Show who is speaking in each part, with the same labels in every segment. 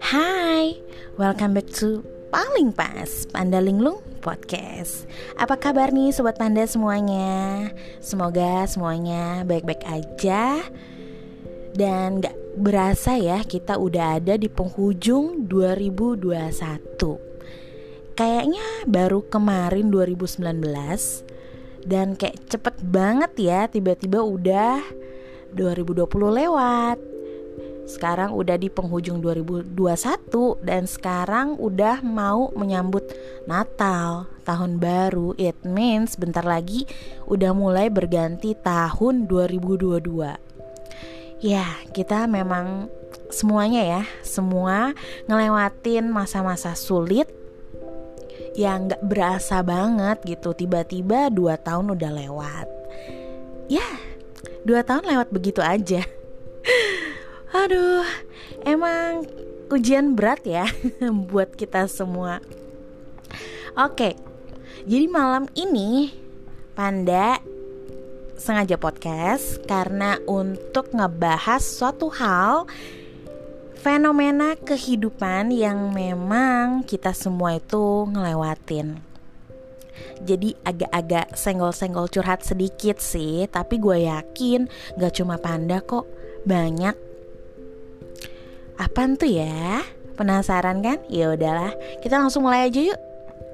Speaker 1: Hai, welcome back to Paling Pas Panda Linglung Podcast. Apa kabar nih Sobat Panda semuanya? Semoga semuanya baik-baik aja. Dan gak berasa ya kita udah ada di penghujung 2021. Kayaknya baru kemarin 2019. Dan kayak cepet banget ya, tiba-tiba udah 2020 lewat. Sekarang udah di penghujung 2021 dan sekarang udah mau menyambut Natal, tahun baru. It means bentar lagi udah mulai berganti tahun 2022. Ya, kita memang semuanya semua ngelewatin masa-masa sulit yang gak berasa banget gitu. Tiba-tiba 2 tahun udah lewat. Ya, 2 tahun lewat begitu aja. Aduh, emang ujian berat ya buat kita semua. Oke, jadi malam ini Panda sengaja podcast karena untuk ngebahas suatu hal, fenomena kehidupan yang memang kita semua itu ngelewatin. Jadi agak-agak senggol-senggol curhat sedikit sih, tapi gue yakin gak cuma Panda kok, banyak. Apaan tuh ya? Penasaran kan? Ya udahlah, kita langsung mulai aja yuk.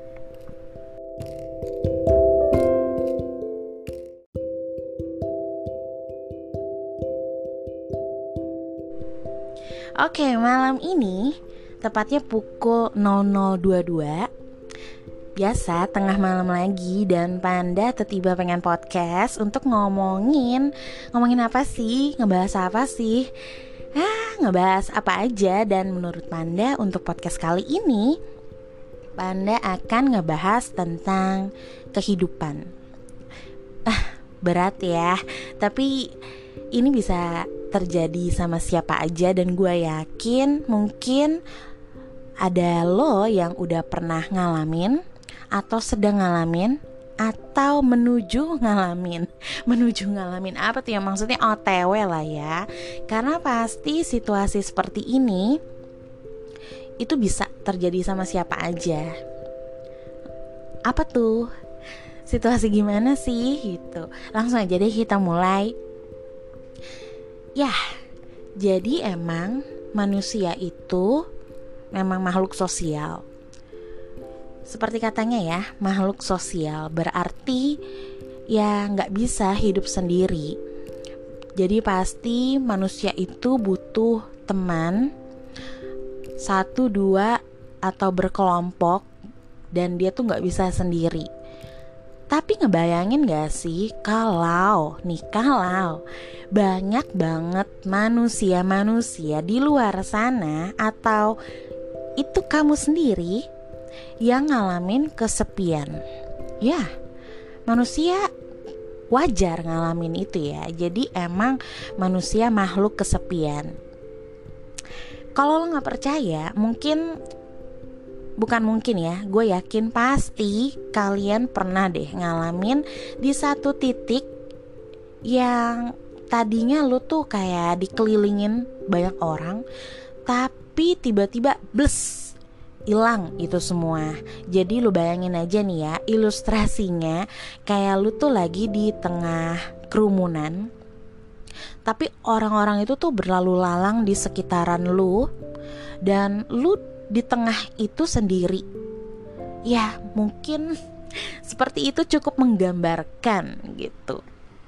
Speaker 1: Oke, malam ini tepatnya pukul 00.22. Biasa tengah malam lagi dan Panda tiba-tiba pengen podcast untuk ngomongin apa sih? Ngebahas apa sih? Ngebahas apa aja. Dan menurut Panda untuk podcast kali ini Panda akan ngebahas tentang kehidupan. Berat ya, tapi ini bisa terjadi sama siapa aja. Dan gue yakin mungkin ada lo yang udah pernah ngalamin, atau sedang ngalamin, atau menuju ngalamin apa tuh ya, maksudnya OTW lah ya. Karena pasti situasi seperti ini itu bisa terjadi sama siapa aja. Apa tuh? Situasi gimana sih gitu? Langsung aja deh kita mulai. Ya, jadi emang manusia itu memang makhluk sosial. Seperti katanya ya, makhluk sosial berarti ya gak bisa hidup sendiri. Jadi pasti manusia itu butuh teman, 1, 2, atau berkelompok. Dan dia tuh gak bisa sendiri. Tapi ngebayangin gak sih kalau banyak banget manusia-manusia di luar sana, atau itu kamu sendiri yang ngalamin kesepian. Ya, manusia wajar ngalamin itu ya. Jadi emang manusia makhluk kesepian. Kalau lo gak percaya, bukan mungkin ya, gue yakin pasti kalian pernah deh ngalamin di satu titik yang tadinya lo tuh kayak dikelilingin banyak orang, tapi tiba-tiba hilang itu semua. Jadi lu bayangin aja nih ya, ilustrasinya kayak lu tuh lagi di tengah kerumunan, tapi orang-orang itu tuh berlalu lalang di sekitaran lu, dan lu di tengah itu sendiri. Ya mungkin seperti itu cukup menggambarkan gitu.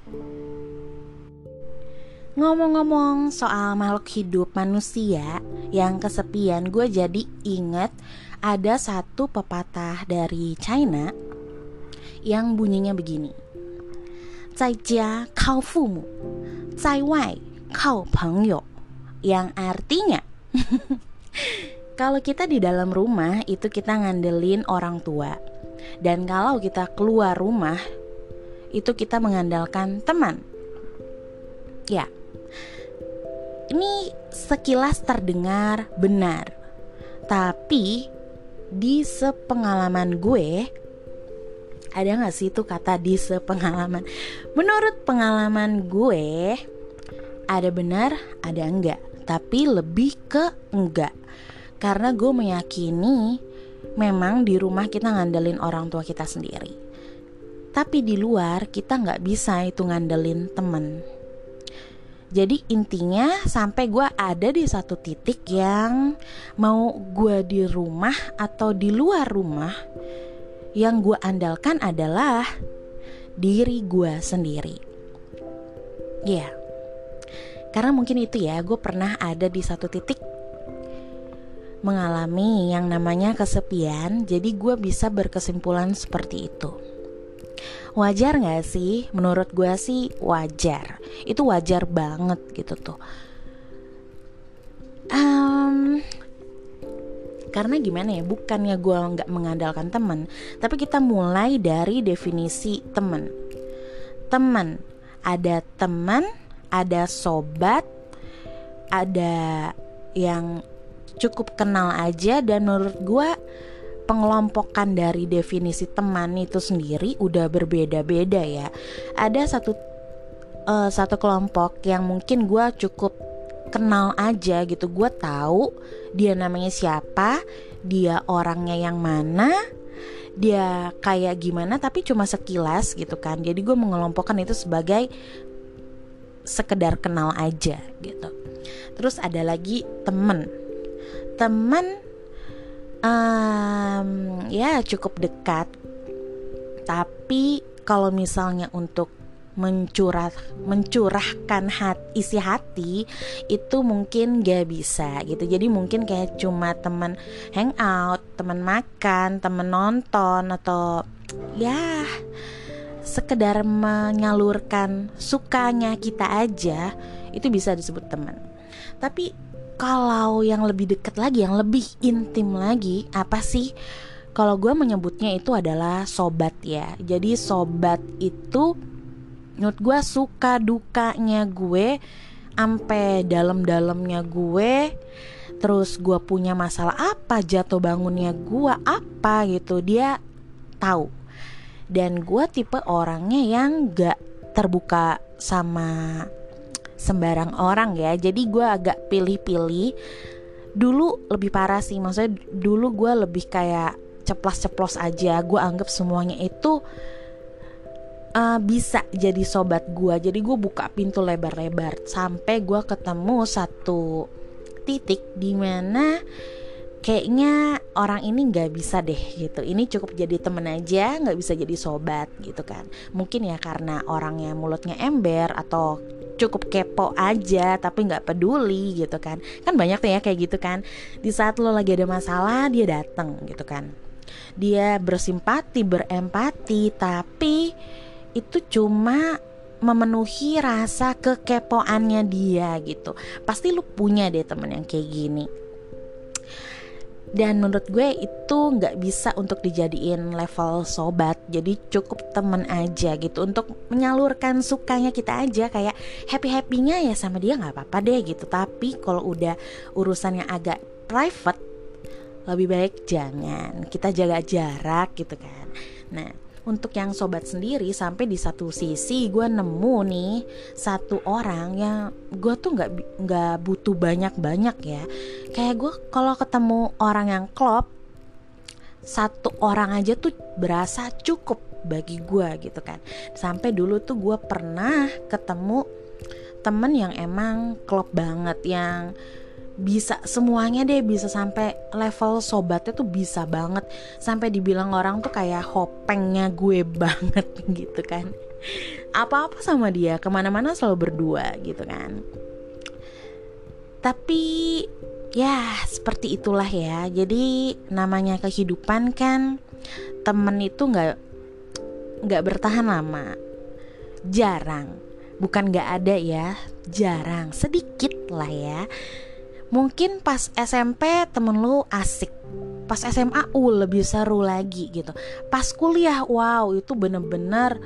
Speaker 1: Ngomong-ngomong soal makhluk hidup manusia yang kesepian, gue jadi inget ada satu pepatah dari China yang bunyinya begini: Zai jia kao fumu, zai wai kao pengyou. Yang artinya kalau kita di dalam rumah itu kita ngandelin orang tua, dan kalau kita keluar rumah itu kita mengandalkan teman. Ya, ini sekilas terdengar benar, tapi di sepengalaman gue, ada gak sih tuh kata di sepengalaman? Menurut pengalaman gue, ada benar, ada enggak, tapi lebih ke enggak. Karena gue meyakini memang di rumah kita ngandelin orang tua kita sendiri, tapi di luar kita gak bisa itu ngandelin temen. Jadi intinya sampai gue ada di satu titik yang mau gue di rumah atau di luar rumah, yang gue andalkan adalah diri gue sendiri. Ya, karena mungkin itu ya, gue pernah ada di satu titik mengalami yang namanya kesepian. Jadi gue bisa berkesimpulan seperti itu. Wajar gak sih? Menurut gue sih wajar. Itu wajar banget gitu tuh. Karena gimana ya, bukannya gue gak mengandalkan teman, tapi kita mulai dari definisi teman. Teman, ada sobat, ada yang cukup kenal aja. Dan menurut gue pengelompokan dari definisi teman itu sendiri udah berbeda-beda ya. Ada satu kelompok yang mungkin gue cukup kenal aja gitu. Gue tahu dia namanya siapa, dia orangnya yang mana, dia kayak gimana, tapi cuma sekilas gitu kan. Jadi gue mengelompokkan itu sebagai sekedar kenal aja gitu. Terus ada lagi temen ya cukup dekat, tapi kalau misalnya untuk mencurahkan isi hati itu mungkin gak bisa gitu. Jadi mungkin kayak cuma teman hangout, teman makan, teman nonton, atau ya sekedar menyalurkan sukanya kita aja, itu bisa disebut teman. Tapi kalau yang lebih dekat lagi, yang lebih intim lagi, apa sih? Kalau gue menyebutnya itu adalah sobat ya. Jadi sobat itu menurut gue suka dukanya gue, ampe dalam-dalamnya gue, terus gue punya masalah apa, jatuh bangunnya gue apa gitu, dia tahu. Dan gue tipe orangnya yang gak terbuka sama sembarang orang ya. Jadi gue agak pilih-pilih. Dulu lebih parah sih, maksudnya dulu gue lebih kayak ceplos-ceplos aja. Gue anggap semuanya itu bisa jadi sobat gue. Jadi gue buka pintu lebar-lebar sampai gue ketemu satu titik dimana kayaknya orang ini gak bisa deh gitu. Ini cukup jadi temen aja, gak bisa jadi sobat gitu kan. Mungkin ya karena orangnya mulutnya ember, atau cukup kepo aja tapi gak peduli gitu kan. Kan banyak tuh ya kayak gitu kan. Di saat lo lagi ada masalah, dia dateng gitu kan. Dia bersimpati, berempati, tapi itu cuma memenuhi rasa kekepoannya dia gitu. Pasti lu punya deh temen yang kayak gini. Dan menurut gue itu gak bisa untuk dijadiin level sobat. Jadi cukup temen aja gitu, untuk menyalurkan sukanya kita aja. Kayak happy-happynya ya sama dia gak apa-apa deh gitu. Tapi kalau udah urusan yang agak private, lebih baik jangan. Kita jaga jarak gitu kan. Nah, untuk yang sobat sendiri, sampai di satu sisi gue nemu nih satu orang yang gue tuh nggak butuh banyak ya. Kayak gue kalau ketemu orang yang klop, satu orang aja tuh berasa cukup bagi gue gitu kan. Sampai dulu tuh gue pernah ketemu temen yang emang klop banget, yang bisa semuanya deh, bisa sampai level sobatnya tuh bisa banget, sampai dibilang orang tuh kayak hopengnya gue banget gitu kan. Apa-apa sama dia, kemana-mana selalu berdua gitu kan. Tapi ya seperti itulah ya. Jadi namanya kehidupan kan, temen itu nggak bertahan lama, jarang. Bukan nggak ada ya, jarang, sedikit lah ya. Mungkin pas SMP temen lu asik, pas SMA lebih seru lagi gitu. Pas kuliah wow, itu bener-bener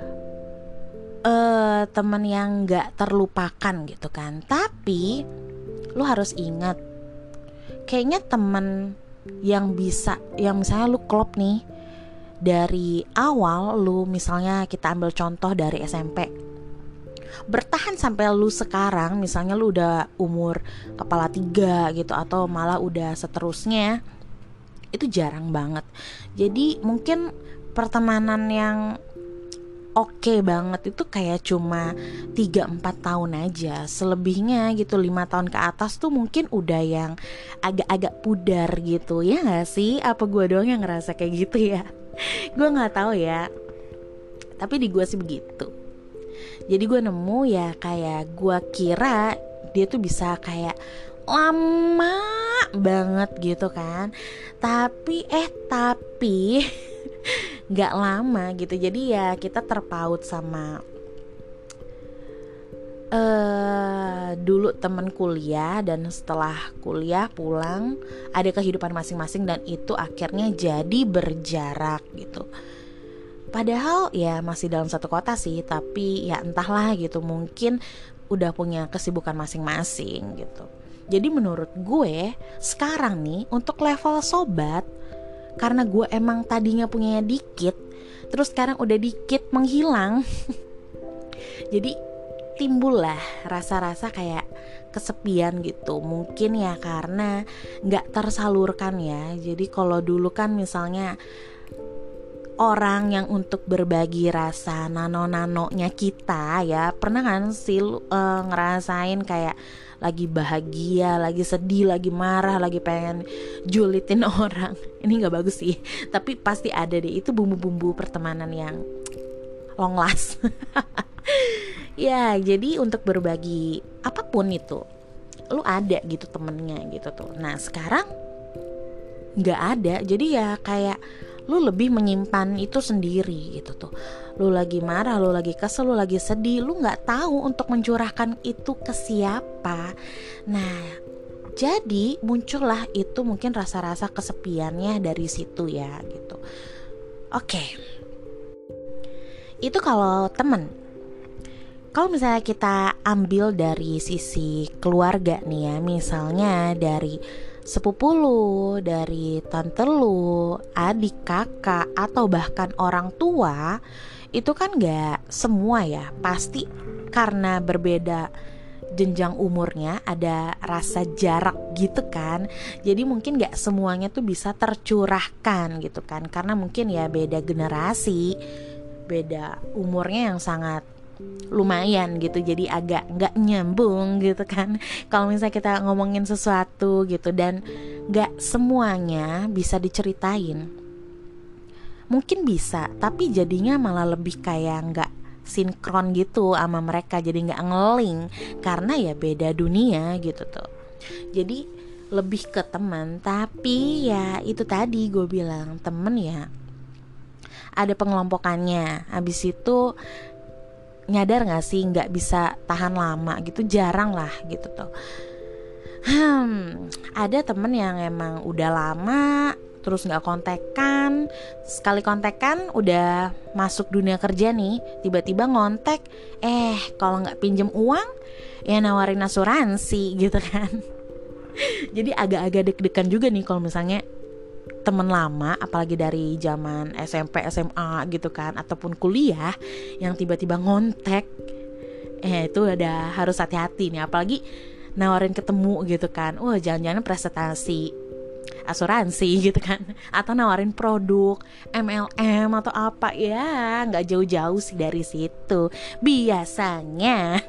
Speaker 1: temen yang gak terlupakan gitu kan. Tapi lu harus ingat, kayaknya temen yang bisa, yang misalnya lu klop nih dari awal, lu misalnya kita ambil contoh dari SMP, bertahan sampai lu sekarang, misalnya lu udah umur kepala 3 gitu, atau malah udah seterusnya, itu jarang banget. Jadi mungkin pertemanan yang oke banget itu kayak cuma 3-4 tahun aja. Selebihnya gitu 5 tahun ke atas tuh mungkin udah yang agak-agak pudar gitu. Ya gak sih? Apa gue doang yang ngerasa kayak gitu ya? Gue gak tahu ya. Tapi di gue sih begitu. Jadi gue nemu ya, kayak gue kira dia tuh bisa kayak lama banget gitu kan. Tapi nggak lama gitu. Jadi ya kita terpaut sama dulu temen kuliah, dan setelah kuliah pulang ada kehidupan masing-masing, dan itu akhirnya jadi berjarak gitu. Padahal ya masih dalam satu kota sih, tapi ya entahlah gitu, mungkin udah punya kesibukan masing-masing gitu. Jadi menurut gue sekarang nih untuk level sobat, karena gue emang tadinya punyanya dikit, terus sekarang udah dikit menghilang. Jadi timbullah rasa-rasa kayak kesepian gitu. Mungkin ya karena gak tersalurkan ya. Jadi kalau dulu kan misalnya orang yang untuk berbagi rasa nano-nanonya kita ya, pernah kan sih ngerasain kayak lagi bahagia, lagi sedih, lagi marah, lagi pengen julitin orang. Ini gak bagus sih, tapi pasti ada deh, itu bumbu-bumbu pertemanan yang long last. Ya jadi untuk berbagi apapun itu, lu ada gitu temennya gitu tuh. Nah sekarang gak ada, jadi ya kayak lu lebih menyimpan itu sendiri gitu tuh. Lu lagi marah, lu lagi kesel, lu lagi sedih, lu gak tahu untuk mencurahkan itu ke siapa. Nah jadi muncullah itu mungkin rasa-rasa kesepiannya dari situ ya gitu. Oke. Itu kalau temen. Kalau misalnya kita ambil dari sisi keluarga nih ya, misalnya dari sepupu lu, dari tante lu, adik, kakak, atau bahkan orang tua, itu kan gak semua ya, pasti karena berbeda jenjang umurnya ada rasa jarak gitu kan. Jadi mungkin gak semuanya tuh bisa tercurahkan gitu kan, karena mungkin ya beda generasi, beda umurnya yang sangat lumayan gitu, jadi agak nggak nyambung gitu kan kalau misalnya kita ngomongin sesuatu gitu, dan nggak semuanya bisa diceritain. Mungkin bisa, tapi jadinya malah lebih kayak nggak sinkron gitu sama mereka, jadi nggak ngeling karena ya beda dunia gitu tuh. Jadi lebih ke teman, tapi ya itu tadi gue bilang temen ya ada pengelompokannya. Habis itu nyadar gak sih gak bisa tahan lama gitu, jarang lah gitu tuh. Ada temen yang emang udah lama terus gak kontekan, sekali kontekan udah masuk dunia kerja nih, tiba-tiba ngontek, kalau gak pinjem uang ya nawarin asuransi gitu kan. Jadi agak-agak deg-degan juga nih kalau misalnya temen lama, apalagi dari zaman SMP, SMA gitu kan, ataupun kuliah yang tiba-tiba ngontek, itu ada harus hati-hati nih, apalagi nawarin ketemu gitu kan. Jangan-jangan presentasi asuransi gitu kan, atau nawarin produk MLM atau apa ya, nggak jauh-jauh sih dari situ biasanya.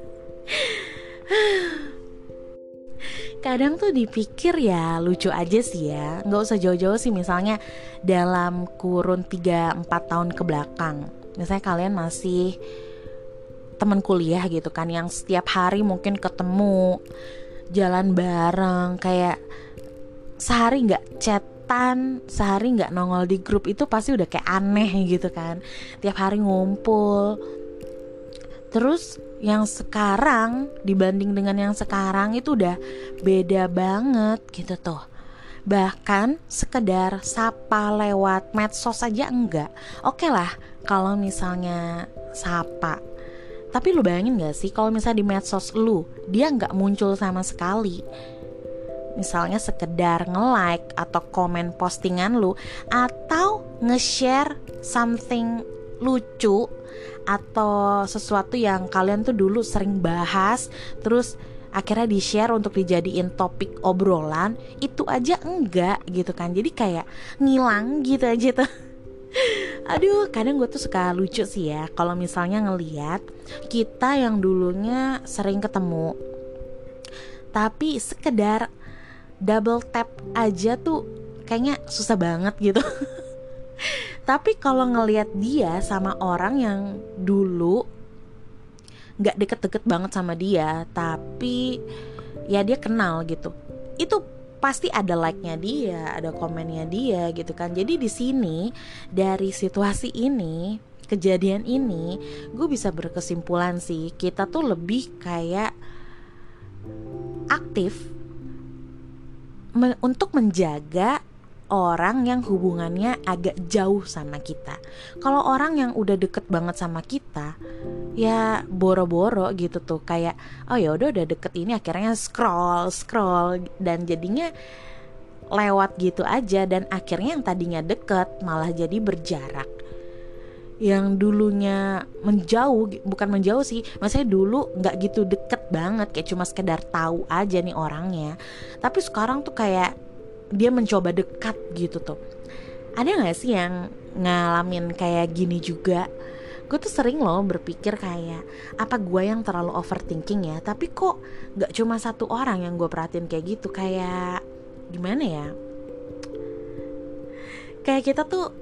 Speaker 1: Kadang tuh dipikir ya lucu aja sih ya, gak usah jauh-jauh sih, misalnya dalam kurun 3-4 tahun ke belakang, misalnya kalian masih teman kuliah gitu kan, yang setiap hari mungkin ketemu, jalan bareng, kayak sehari gak chatan, sehari gak nongol di grup, itu pasti udah kayak aneh gitu kan. Tiap hari ngumpul. Terus yang sekarang dibanding dengan yang sekarang itu udah beda banget gitu tuh. Bahkan sekedar sapa lewat medsos aja enggak. Oke lah kalau misalnya sapa, tapi lu bayangin gak sih kalau misalnya di medsos lu dia enggak muncul sama sekali. Misalnya sekedar nge-like atau komen postingan lu, atau nge-share something lucu atau sesuatu yang kalian tuh dulu sering bahas, terus akhirnya di-share untuk dijadiin topik obrolan, itu aja enggak gitu kan. Jadi kayak ngilang gitu aja tuh. Aduh, kadang gue tuh suka lucu sih ya kalau misalnya ngeliat kita yang dulunya sering ketemu, tapi sekedar double tap aja tuh kayaknya susah banget gitu. Tapi kalau ngelihat dia sama orang yang dulu gak deket-deket banget sama dia, tapi ya dia kenal gitu, itu pasti ada like-nya dia, ada komennya dia gitu kan. Jadi di sini dari situasi ini, kejadian ini, gue bisa berkesimpulan sih, kita tuh lebih kayak aktif untuk menjaga orang yang hubungannya agak jauh sama kita. Kalau orang yang udah deket banget sama kita, ya boro-boro gitu tuh, kayak oh ya udah deket ini, akhirnya scroll dan jadinya lewat gitu aja, dan akhirnya yang tadinya deket malah jadi berjarak. Yang dulunya bukan menjauh sih, maksudnya dulu nggak gitu deket banget, kayak cuma sekedar tahu aja nih orangnya, tapi sekarang tuh kayak dia mencoba dekat gitu tuh. Ada gak sih yang ngalamin kayak gini juga? Gue tuh sering loh berpikir kayak, apa gue yang terlalu overthinking ya? Tapi kok gak cuma satu orang yang gue perhatiin kayak gitu. Kayak gimana ya, kayak kita tuh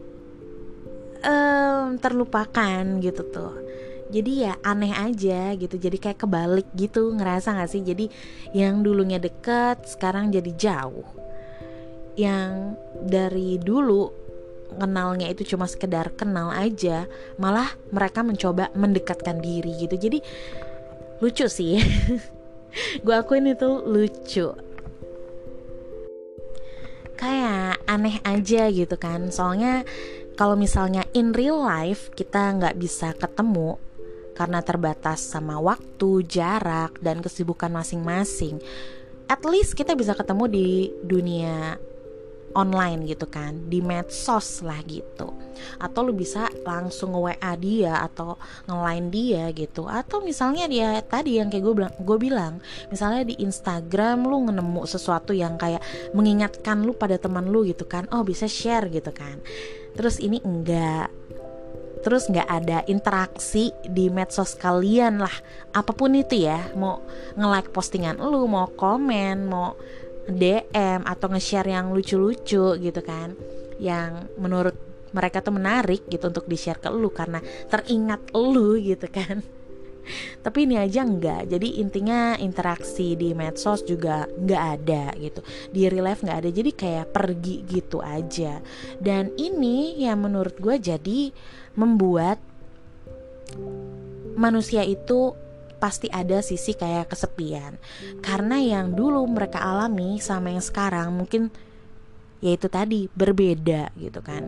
Speaker 1: terlupakan gitu tuh. Jadi ya aneh aja gitu, jadi kayak kebalik gitu, ngerasa gak sih? Jadi yang dulunya deket sekarang jadi jauh. Yang dari dulu kenalnya itu cuma sekedar kenal aja, malah mereka mencoba mendekatkan diri gitu. Jadi lucu sih. Gue akuin itu lucu, kayak aneh aja gitu kan. Soalnya kalau misalnya in real life kita nggak bisa ketemu karena terbatas sama waktu, jarak, dan kesibukan masing-masing, at least kita bisa ketemu di dunia online gitu kan, di medsos lah gitu. Atau lu bisa langsung nge-WA dia atau nge-line dia gitu. Atau misalnya dia tadi yang kayak gue bilang, misalnya di Instagram lu nemu sesuatu yang kayak mengingatkan lu pada teman lu gitu kan, oh bisa share gitu kan. Terus ini enggak, terus nggak ada interaksi di medsos kalian lah, apapun itu ya, mau nge-like postingan lu, mau komen, mau DM atau nge-share yang lucu-lucu gitu kan, yang menurut mereka tuh menarik gitu untuk di-share ke lu karena teringat lu gitu kan. Tapi ini aja enggak. Jadi intinya interaksi di medsos juga nggak ada gitu, di real life nggak ada. Jadi kayak pergi gitu aja. Dan ini yang menurut gue jadi membuat manusia itu pasti ada sisi kayak kesepian. Karena yang dulu mereka alami sama yang sekarang mungkin ya itu tadi, berbeda gitu kan.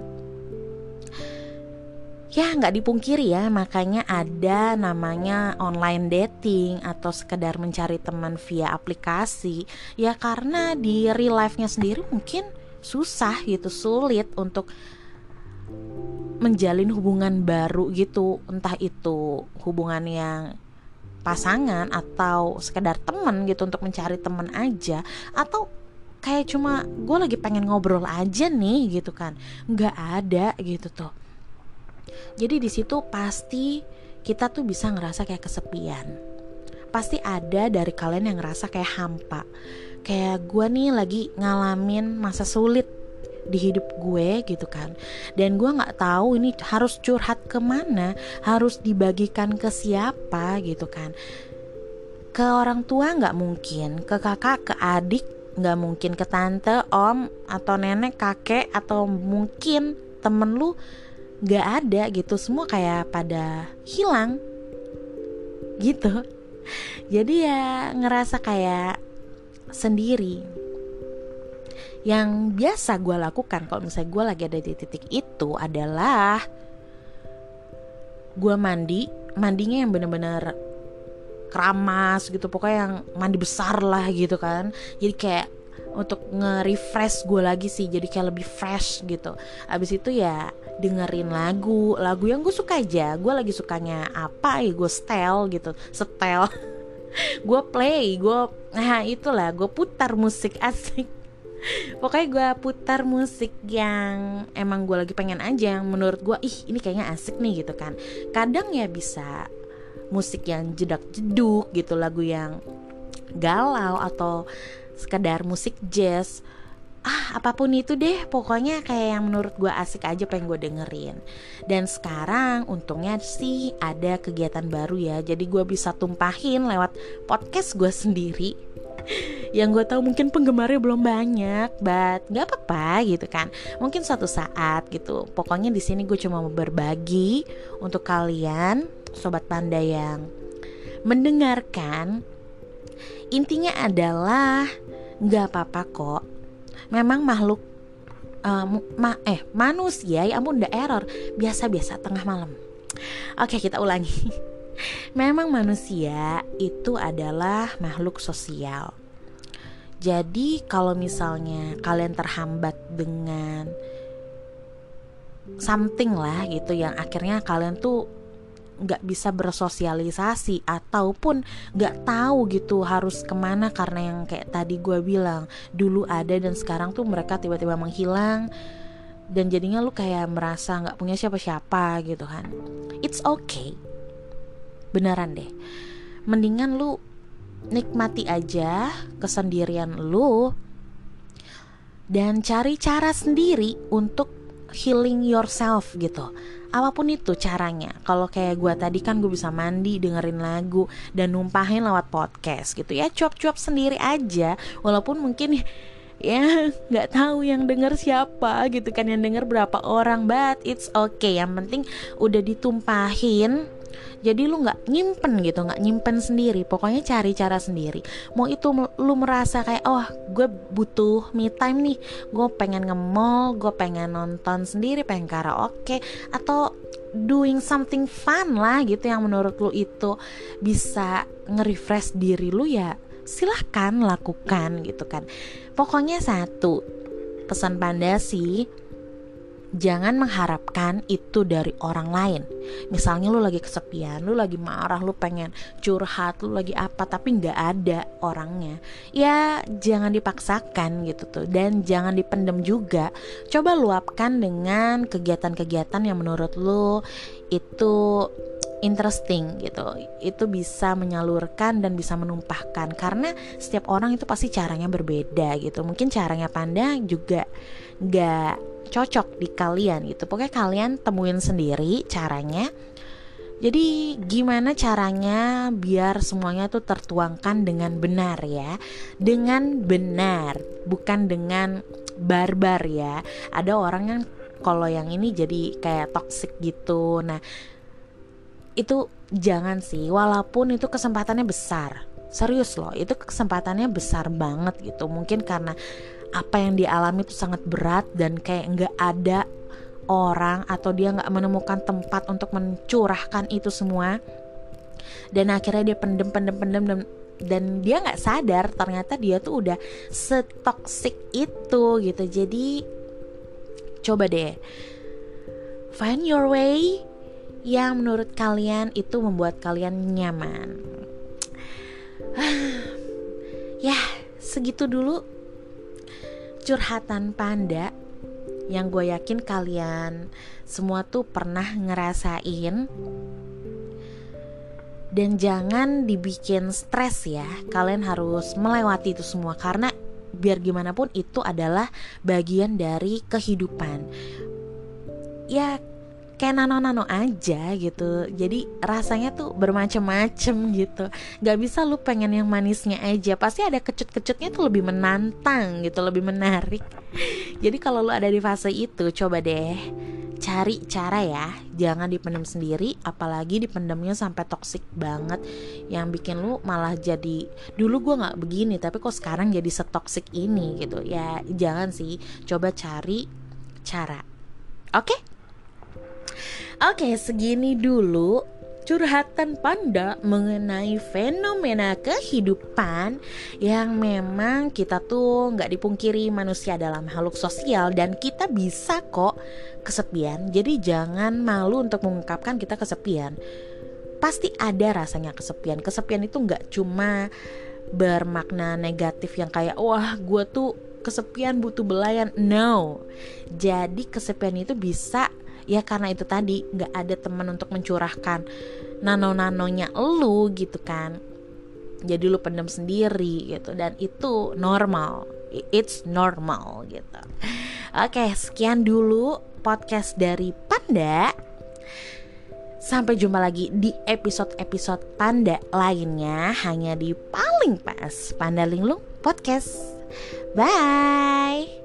Speaker 1: Ya gak dipungkiri ya, makanya ada namanya online dating atau sekedar mencari teman via aplikasi. Ya karena di real life-nya sendiri mungkin susah gitu, sulit untuk menjalin hubungan baru gitu. Entah itu hubungan yang pasangan atau sekedar teman gitu, untuk mencari teman aja, atau kayak cuma gue lagi pengen ngobrol aja nih gitu kan, nggak ada gitu tuh. Jadi di situ pasti kita tuh bisa ngerasa kayak kesepian. Pasti ada dari kalian yang ngerasa kayak hampa, kayak gue nih lagi ngalamin masa sulit di hidup gue gitu kan, dan gue nggak tahu ini harus curhat kemana, harus dibagikan ke siapa gitu kan. Ke orang tua nggak mungkin, ke kakak, ke adik nggak mungkin, ke tante, om atau nenek, kakek, atau mungkin temen lu nggak ada gitu, semua kayak pada hilang gitu. Jadi ya ngerasa kayak sendiri. Yang biasa gue lakukan kalau misalnya gue lagi ada di titik itu adalah gue mandinya yang bener-bener keramas gitu, pokoknya yang mandi besar lah gitu kan. Jadi kayak untuk nge-refresh gue lagi sih, jadi kayak lebih fresh gitu. Abis itu ya dengerin lagu yang gue suka aja. Gue lagi sukanya apa ya gue setel gue play, itulah gue putar musik asik. Pokoknya gue putar musik yang emang gue lagi pengen aja, yang menurut gue ini kayaknya asik nih gitu kan. Kadang ya bisa musik yang jedak-jeduk gitu, lagu yang galau, atau sekedar musik jazz, apapun itu deh, pokoknya kayak yang menurut gue asik aja pengen gue dengerin. Dan sekarang untungnya sih ada kegiatan baru ya, jadi gue bisa tumpahin lewat podcast gue sendiri. Yang gue tahu mungkin penggemarnya belum banyak, but nggak apa-apa gitu kan. Mungkin suatu saat gitu. Pokoknya di sini gue cuma mau berbagi untuk kalian sobat panda yang mendengarkan. Intinya adalah nggak apa-apa kok. Memang makhluk manusia, ya ampun udah error, biasa-biasa tengah malam. Oke, kita ulangi. Memang manusia itu adalah makhluk sosial. Jadi kalau misalnya kalian terhambat dengan something lah gitu, yang akhirnya kalian tuh gak bisa bersosialisasi, ataupun gak tahu gitu harus kemana, karena yang kayak tadi gue bilang, dulu ada dan sekarang tuh mereka tiba-tiba menghilang, dan jadinya lu kayak merasa gak punya siapa-siapa gitu kan. It's okay, beneran deh. Mendingan lu nikmati aja kesendirian lu dan cari cara sendiri untuk healing yourself gitu. Apapun itu caranya. Kalau kayak gue tadi kan gue bisa mandi dengerin lagu dan numpahin lewat podcast gitu ya, cuap-cuap sendiri aja. Walaupun mungkin ya nggak tahu yang denger siapa gitu kan, yang denger berapa orang, but it's okay. Yang penting udah ditumpahin. Jadi lu gak nyimpen gitu, gak nyimpen sendiri. Pokoknya cari cara sendiri. Mau itu lu merasa kayak gue butuh me time nih, gue pengen nge-mall, gue pengen nonton sendiri, pengen karaoke, atau doing something fun lah gitu, yang menurut lu itu bisa nge-refresh diri lu, ya silahkan lakukan gitu kan. Pokoknya satu pesan panda sih, jangan mengharapkan itu dari orang lain. Misalnya lu lagi kesepian, lu lagi marah, lu pengen curhat, lu lagi apa, tapi gak ada orangnya, ya jangan dipaksakan gitu tuh. Dan jangan dipendem juga. Coba luapkan dengan kegiatan-kegiatan yang menurut lu itu interesting gitu. Itu bisa menyalurkan dan bisa menumpahkan, karena setiap orang itu pasti caranya berbeda gitu. Mungkin caranya panda juga gak cocok di kalian gitu. Pokoknya kalian temuin sendiri caranya. Jadi gimana caranya biar semuanya tuh tertuangkan dengan benar ya. Dengan benar, bukan dengan barbar ya. Ada orang yang kalau yang ini jadi kayak toxic gitu. Nah, itu jangan sih, walaupun itu kesempatannya besar. Serius loh, itu kesempatannya besar banget gitu. Mungkin karena apa yang dialami itu sangat berat dan kayak nggak ada orang, atau dia nggak menemukan tempat untuk mencurahkan itu semua, dan akhirnya dia pendem dan dia nggak sadar ternyata dia tuh udah setoksik itu gitu. Jadi coba deh find your way yang menurut kalian itu membuat kalian nyaman. Ya segitu dulu curhatan panda yang gue yakin kalian semua tuh pernah ngerasain. Dan jangan dibikin stres ya, kalian harus melewati itu semua, karena biar gimana pun itu adalah bagian dari kehidupan. Ya kayak nano-nano aja gitu. Jadi rasanya tuh bermacam-macam gitu. Gak bisa lu pengen yang manisnya aja. Pasti ada kecut-kecutnya tuh lebih menantang gitu, lebih menarik. Jadi kalau lu ada di fase itu, coba deh cari cara ya. Jangan dipendam sendiri, apalagi dipendamnya sampai toksik banget, yang bikin lu malah jadi, dulu gue gak begini tapi kok sekarang jadi setoksik ini gitu. Ya jangan sih, coba cari cara. Oke, segini dulu curhatan panda mengenai fenomena kehidupan yang memang kita tuh nggak dipungkiri manusia dalam makhluk sosial dan kita bisa kok kesepian. Jadi jangan malu untuk mengungkapkan kita kesepian. Pasti ada rasanya kesepian. Kesepian itu nggak cuma bermakna negatif yang kayak wah gue tuh kesepian butuh belayan. No. Jadi kesepian itu bisa ya karena itu tadi gak ada teman untuk mencurahkan nano-nanonya lu gitu kan. Jadi lu pendam sendiri gitu. Dan itu normal. It's normal gitu. Oke, sekian dulu podcast dari Panda. Sampai jumpa lagi di episode-episode Panda lainnya hanya di Paling Pas Panda Linglung Podcast. Bye.